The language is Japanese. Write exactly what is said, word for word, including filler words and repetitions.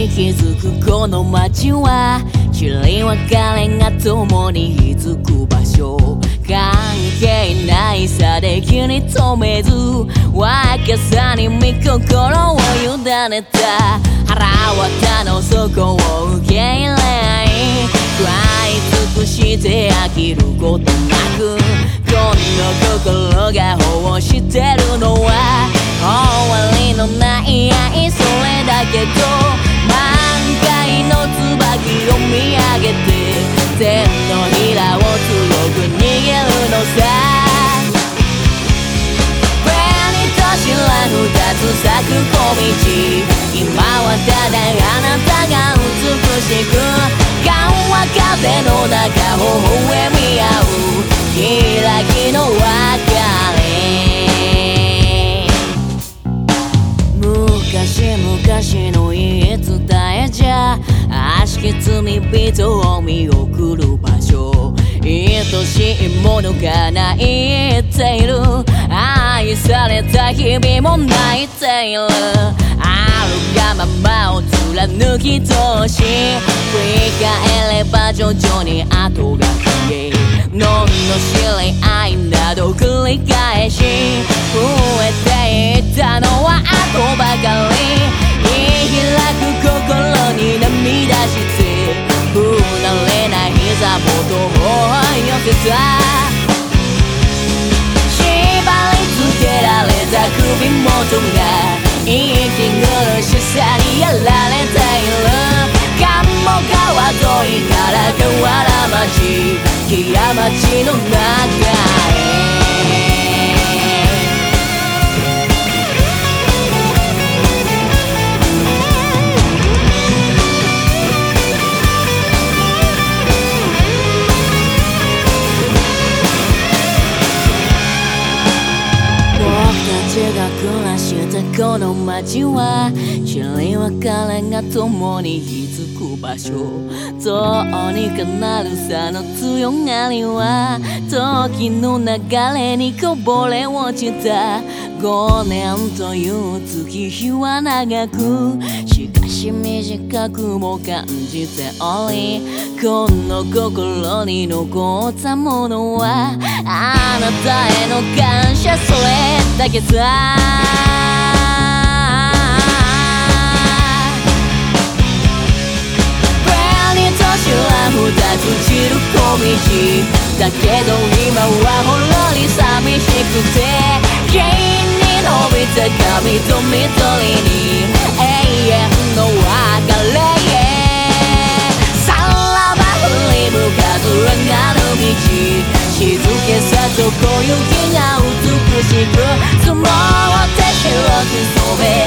に気づくこの街は知り別れが共に居つく場所関係ないさで気に留めず若さに身心を委ねた腹渡の底を受け入れ食らい尽くして飽きることなくこの心が欲してるのは終わりのない愛それだけど満開の椿を見上げて手のひらを強く握るのさ上にと知らぬ二つ咲く小道今はただあなたが美しく緩和風の中微笑み合う開きの別れ昔昔の言い伝えじゃ悪しき罪人を見送る場所愛しいものが泣いている愛された日々も泣いているあるがままを貫き通し振り返れば徐々に後が消えのんの知り合いなど繰り返し増えていったのは後ばかり言い開く心に涙して不慣れな膝元を寄せた縛り付けられた首元が息苦しさにやられている鴨川沿いから河原町木屋町の中へ暮らしたこの街は知り別れが共に居つく場所どうにかなるさの強がりは時の流れにこぼれ落ちたごねんという月日は長くしかし短くも感じておりこの心に残ったものはあなたへの感謝それだけさ知らぬ二つ散る小道だけど今はほろり寂しくて永遠に伸びた髪と緑に永遠の別れへさらば振り向かず上がる道静けさと小雪が美しく積もって白く染め